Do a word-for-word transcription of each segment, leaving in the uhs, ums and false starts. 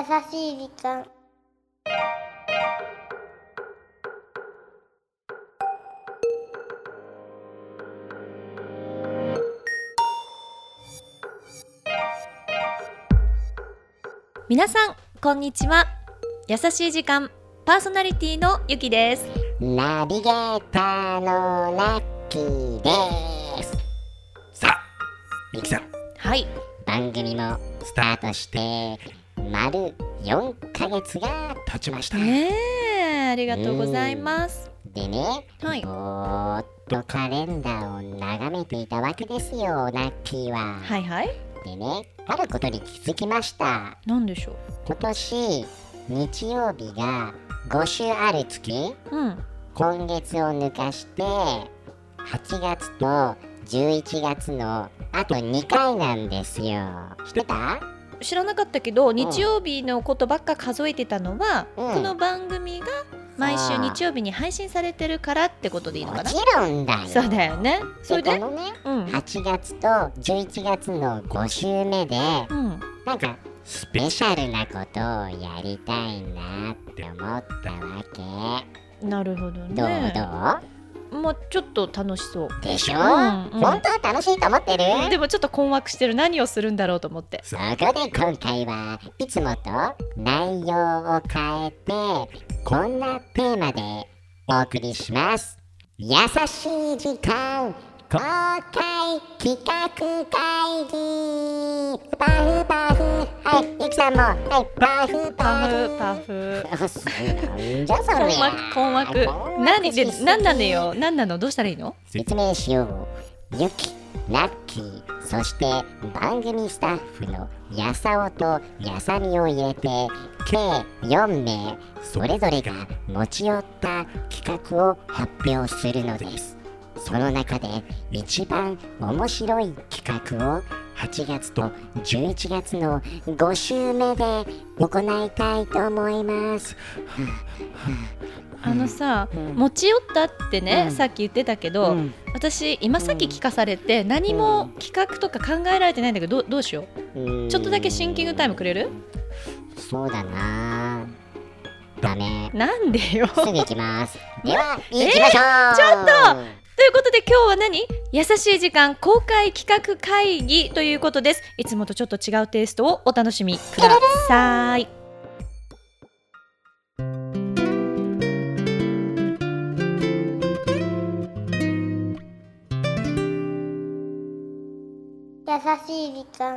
しい時間。 皆さんこんにちは。優しい時間パーソナリティのゆきです。 ナビゲーターのラッキーです。 さあ、ゆきさん、 はい、 番組もスタートして丸よんかげつが経ちました。 ねえ、ありがとうございます。 でね、 はい、 ぼーっとカレンダーを眺めていたわけですよ、ラッキーは。 はいはい。 でね、あることに気づきました。 なんでしょう。 今年日曜日がご週ある月、 うん、 今月を抜かしてはちがつとじゅういちがつのあとにかいなんですよ。知ってた？ 知らなかったけど、日曜日のことばっか数えてたのは、 うん、 この番組が毎週日曜日に配信されてるからってことでいいのかな。 もちろんだよ。 そうだよね。それでこのね、 うん、 はちがつとじゅういちがつのご週目で、 うん、 なんかスペシャルなことをやりたいなって思ったわけ。 なるほどね。 どうどう？ もうちょっと楽しそうでしょ、 うんうん、 本当は楽しいと思ってる？ でもちょっと困惑してる。何をするんだろうと思って。 そこで今回はいつもと内容を変えてこんなテーマでお送りします。優しい時間公開企画会議。パフパフ、はい、ゆきさんも、はい、パフパフパフパフなんじゃそれ。 困惑困惑。何で何なのよ。何なの？どうしたらいいの？ 説明しよう。ゆき、ラッキー、そして番組スタッフのやさおとやさみを入れて計よんめいそれぞれが持ち寄った企画を発表するのです。その中で一番面白い企画をはちがつとじゅういちがつのご週目で行いたいと思います。 あのさ、 うん、 持ち寄ったってね、 うん、 さっき言ってたけど、うん、私今さっき聞かされて、うん、何も企画とか考えられてないんだけど、ど, どうしよう、うん、ちょっとだけシンキングタイムくれる？ そうだな。ダメ。 なんでよ。 すぐ行きます。では行きましょう、 えー、ちょっとということで今日は何？優しい時間公開企画会議ということです。いつもとちょっと違うテイストをお楽しみください。 優しい時間。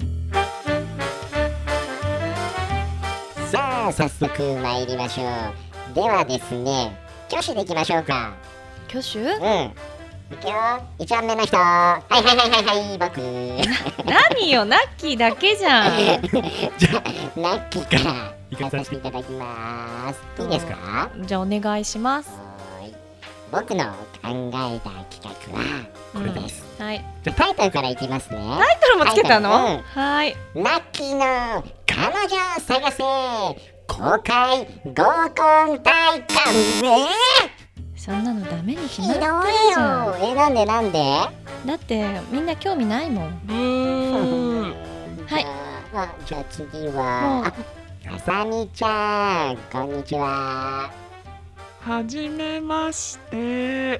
さあ早速参りましょう。ではですね、挙手でいきましょうか。 挙手？ うん。いくよ。いちばんめの人。はいはいはいはいはい、僕。 何よ、ナッキーだけじゃん。 じゃあナッキーから行かさせていただきます。いいですか？ じゃあお願いします。 はい。僕の考えた企画はこれです。 うん、はい。 じゃあタイトルからいきますね。 タイトルもつけたの？ うん、 はい。 ナッキーの彼女を探せ公開合コン大会。ねえ。 そんなのダメに決まってるじゃん。 え、なんでなんで？ だってみんな興味ないもん。 うーん。 はい。 あ、じゃあ次はあさみちゃん、こんにちは。 はじめまして、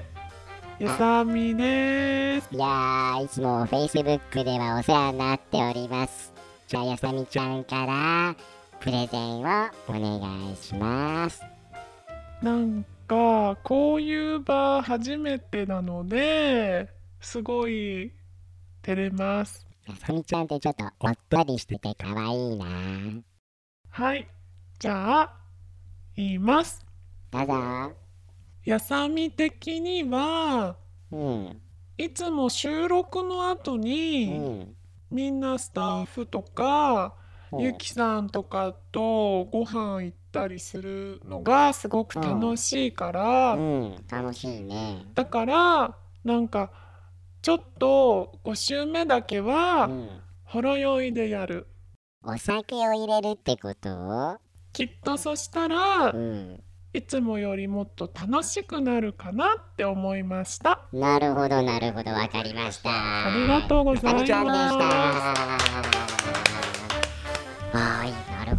やさみです。 いやー、いつも Facebook ではお世話になっております。じゃあやさみちゃんからプレゼンをお願いします。 なんかこういう場初めてなのですごい照れます。 やさみちゃんってちょっとおっとりしててかわいいな。 はい、じゃあ言います。 どうぞ。 やさみ的には、 うん、 いつも収録の後に、うん、みんなスタッフとか、うん、ゆきさんとかとご飯行ったりするのがすごく楽しいから、 うんうん、楽しいね。 だからなんかちょっとご週目だけは、うん、ほろ酔いでやる。 お酒を入れるってこと？ きっとそしたら、 うん、 いつもよりもっと楽しくなるかなって思いました。 なるほどなるほど、わかりました。 ありがとうございます。 はい、なるほ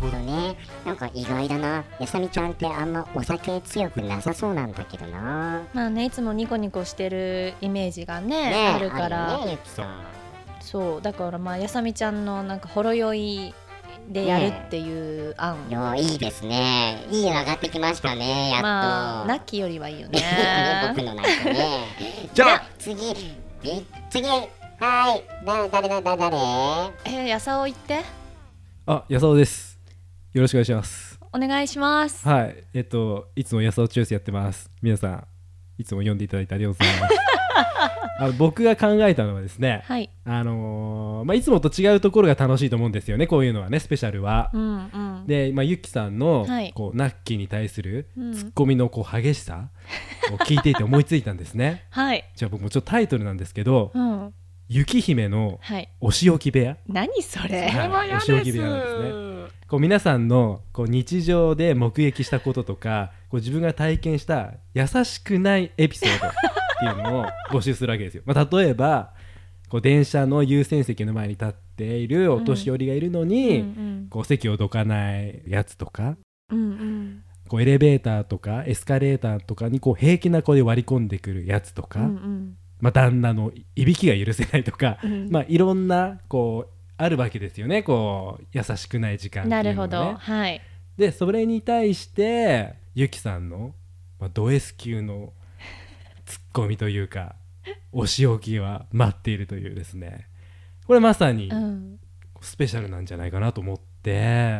ほどね。なんか意外だな。やさみちゃんってあんまお酒強くなさそうなんだけどな。 まあね、いつもニコニコしてるイメージが ね, ねあるからあるよね、ゆきさん。 そうだからまあやさみちゃんのなんかほろ酔いでやるっていう案、 いやいいですね。いいの上がってきましたね、やっと。 まあナッキーよりはいいよねいいよね、僕のなんかね。 じゃあ次、え次、はい、だ、誰だ、だ、誰えー、やさお言ってあ、やさおです。よろしくお願いします。 お願いします。 はい、えっといつもやさおチュースやってます。皆さんいつも読んでいただいてありがとうございますあの僕が考えたのはですね、 はい、 あのーまあ、いつもと違うところが楽しいと思うんですよね、こういうのはね、スペシャルは。 うんうん、 で、まあ、ゆきさんの、 はいこうナッキーに対するうんツッコミのこう激しさを聞いていて思いついたんですねはい、 じゃあ僕もちょっとタイトルなんですけど、 うん雪姫のはい、 お仕置き部屋、 何それ、 はいこれは嫌お仕置きです。 部屋なんですね。こう皆さんのこう日常で目撃したこととか、こう自分が体験した優しくないエピソードっていうのを募集するわけですよ。まあ、例えばこう電車の優先席の前に立っているお年寄りがいるのに、 うんうんこう席をどかないやつとか、 うんうんこうエレベーターとかエスカレーターとかにこう平気な子で割り込んでくるやつとか、 うんうんまあ、旦那のいびきが許せないとか、 うんまあ、いろんなこうあるわけですよね、こう優しくない時間ってないうのがね。 るほど、はい、 でそれに対してゆきさんの、まあ、ド S 級のツッコミというかお仕置きは待っているというですね、これまさにうん、 スペシャルなんじゃないかなと思って、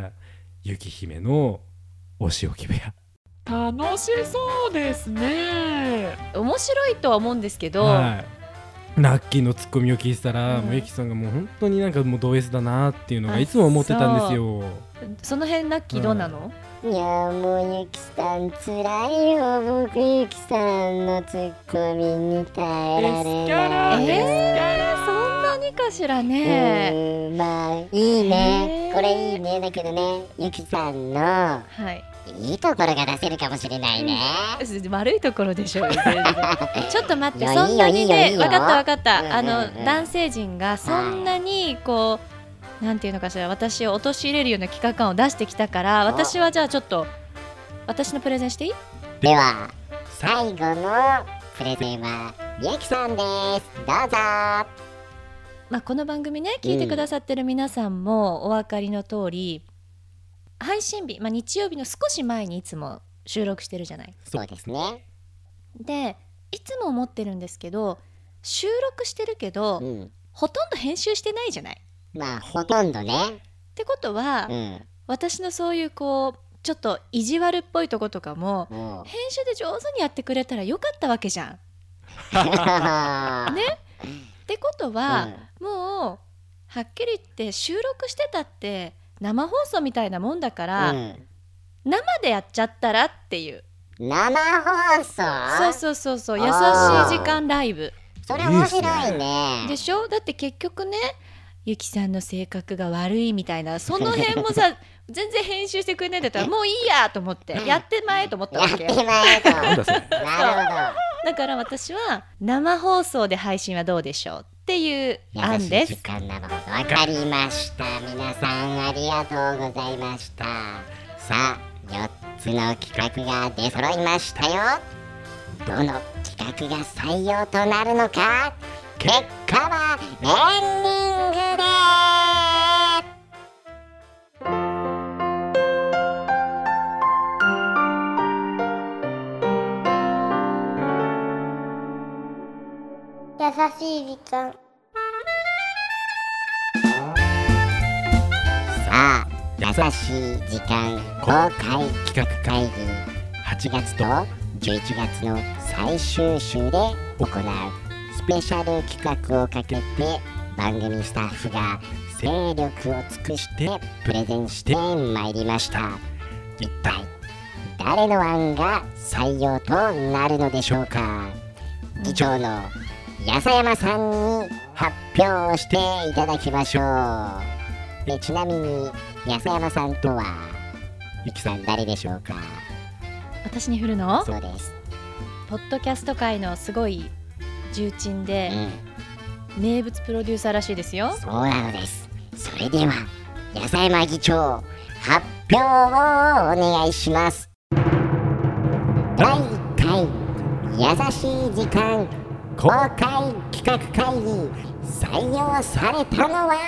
雪姫のお仕置き部屋、 楽しそうですね。 面白いとは思うんですけど、 はい、ナッキーのツッコミを聞いてたら、 うんもうゆきさんがもう本当になんかもうド S だなっていうのがいつも思ってたんですよ。 その辺ナッキーどうなの、 いやもうゆきさんつらいよ。僕ゆきさんのツッコミに耐えられエスキャラない。 えーエスキャラそんなにかしらうね、 ーんまあいいね、 へーこれいいね。だけどね、ゆきさんのはいいいところが出せるかもしれないね。 悪いところでしょうよ全然ちょっと待って、 いやそんなにいいよいいよいいよね分かった分かった、 うんうんうんあの男性陣がそんなにこうなんていうのかしら、私を陥れるような企画感を出してきたから、私はじゃあちょっと私のプレゼンしていい？ では最後のプレゼンはゆきさんです。どうぞ。 まあ、この番組ね聞いてくださってる皆さんもお分かりの通り、配信日、まあ、日曜日の少し前にいつも収録してるじゃない。 そうですね。 でいつも思ってるんですけど、収録してるけど、 うん。 ほとんど編集してないじゃない。 まあほとんどね。 ってことは、 うん。 私のそういうこうちょっと意地悪っぽいとことかももう編集で上手にやってくれたらよかったわけじゃん。ねってことは、もうはっきり言って収録してたって生放送みたいなもんだから、 うん生でやっちゃったらっていう。 生放送。 そうそうそうそう、優しいあー時間ライブそれ面白いね。 でしょ。だって結局ね、ゆきさんの性格が悪いみたいなその辺もさ全然編集してくれないんだったらもういいやと思ってやってまえと思ったやってわけよ。 まえと。 なんだそれなるほだから私は生放送で配信はどうでしょうっていうど。 案です優しい時。間生放送。わかりました。皆さんありがとうございました。さあ、よっつの企画が出揃いましたよ。どの企画が採用となるのか、結果はエンディングで優しい時間。 さあ、優しい時間公開企画会議はちがつとじゅういちがつの最終週で行うスペシャル企画をかけて番組スタッフが精力を尽くしてプレゼンしてまいりました。一体誰の案が採用となるのでしょうか。議長の安山さんに発表していただきましょう。でちなみに安山さんとはゆきさん誰でしょうか。 私に振るの？ そうです。 ポッドキャスト界のすごい重鎮で、 うん、 名物プロデューサーらしいですよ。 そうなのです。それでは安山議長発表をお願いします。だいいっかい優しい時間公開企画会議、採用されたのは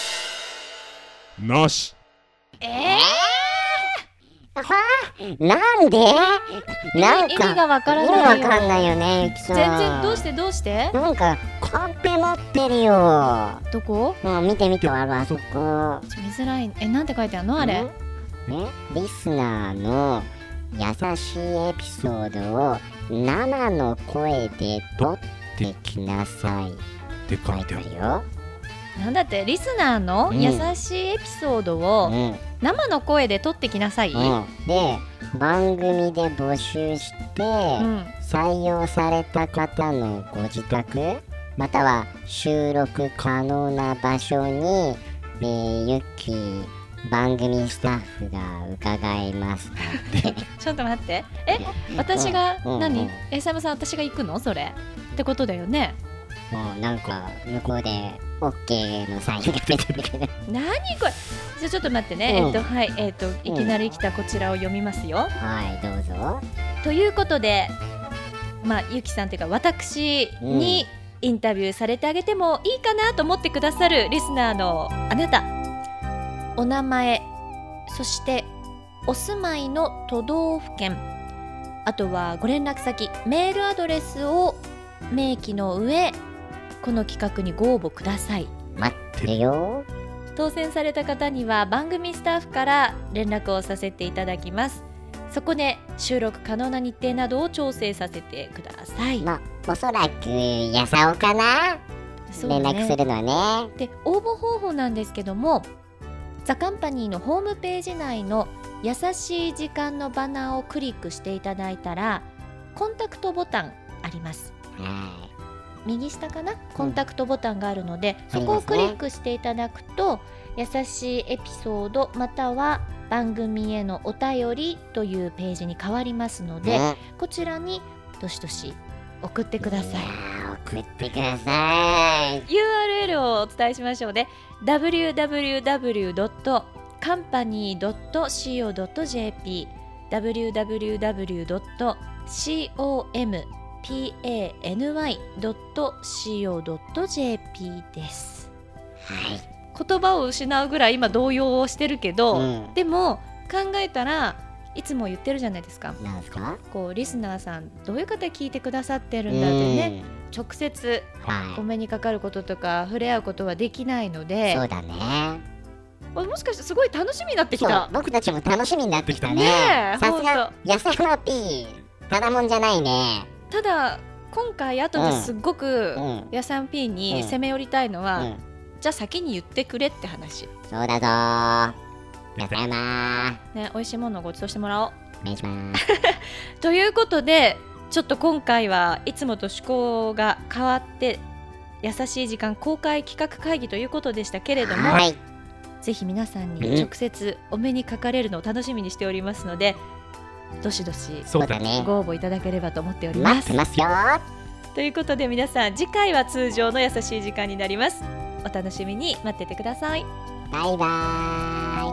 なし。 えーはなんでなんか意味がわからないよ。 意味わかんないよね、ゆきさん。 全然どうしてどうしてなんかカンペ持ってるよ。 どこもう見て見て、あるあそこ。 見づらい。え、なんて書いてあるのあれ。 ね、リスナーの優しいエピソードを生の声で撮ってきなさいって書いてある書いてあるよ。 なんだって、リスナーの優しいエピソードをうん生の声で撮ってきなさい。うん。 うん、で番組で募集して、採用された方のご自宅または収録可能な場所に、えー、ゆっき番組スタッフが伺いますのでちょっと待って。え、私がうんうん何？え、サムさん、私が行くの？それってことだよね。 もうなんか向こうで オーケー のサインが出てるけど何これ。じゃあちょっと待ってね。 うんえっとはいえっといきなり来たこちらを読みますよ。 はいどうぞ。 ということで、まあゆきさんというか私にインタビューされてあげてもいいかなと思ってくださるリスナーのあなた、お名前、そしてお住まいの都道府県、あとはご連絡先、メールアドレスを明記の上、この企画にご応募ください。 待ってるよ。 当選された方には番組スタッフから連絡をさせていただきます。そこで収録可能な日程などを調整させてください。 まあおそらくやさおかな、 そうね、 連絡するのはね。 で応募方法なんですけども、ザ・カンパニーのホームページ内の優しい時間のバナーをクリックしていただいたらコンタクトボタンあります。 は右下かな、コンタクトボタンがあるので、 うんそこをクリックしていただくと、優しいエピソードまたは番組へのお便りというページに変わりますので、 ねこちらにどしどし送ってください。 いやー送ってください。 ユーアールエル をお伝えしましょうね。 ダブリューダブリューダブリュードットカンパニードットコムドットジェーピー ダブリューダブリューダブリュードットコムパニドットコムドットジェーピー です。 はい言葉を失うぐらい今動揺をしてるけど、 うんでも考えたらいつも言ってるじゃないですか。 なんすか。 こうリスナーさんどういう方聞いてくださってるんだってね、直接うんはいお目にかかることとか触れ合うことはできないので、 そうだね。 あもしかしてすごい楽しみになってきそうた。 僕たちも楽しみになってきたね。 ねえさすほんがやさの P ただもんじゃないね。 ただ今回後ですっごく、 うんやさん P に攻め寄りたいのは、 うんじゃあ先に言ってくれって話そうだぞー。皆様ね、美味しいものをご馳走してもらおうお願いしますということで、ちょっと今回はいつもと趣向が変わって優しい時間公開企画会議ということでしたけれども、 はいぜひ皆さんに直接お目にかかれるのを楽しみにしておりますので、どしどしそうだね。 ご応募いただければと思っております待ってますよ。 ということで皆さん、次回は通常の優しい時間になります。お楽しみに待っててください。 バイバー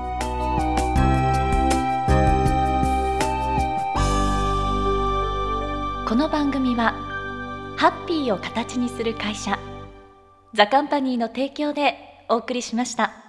イ。 この番組はハッピーを形にする会社ザ・カンパニーの提供でお送りしました。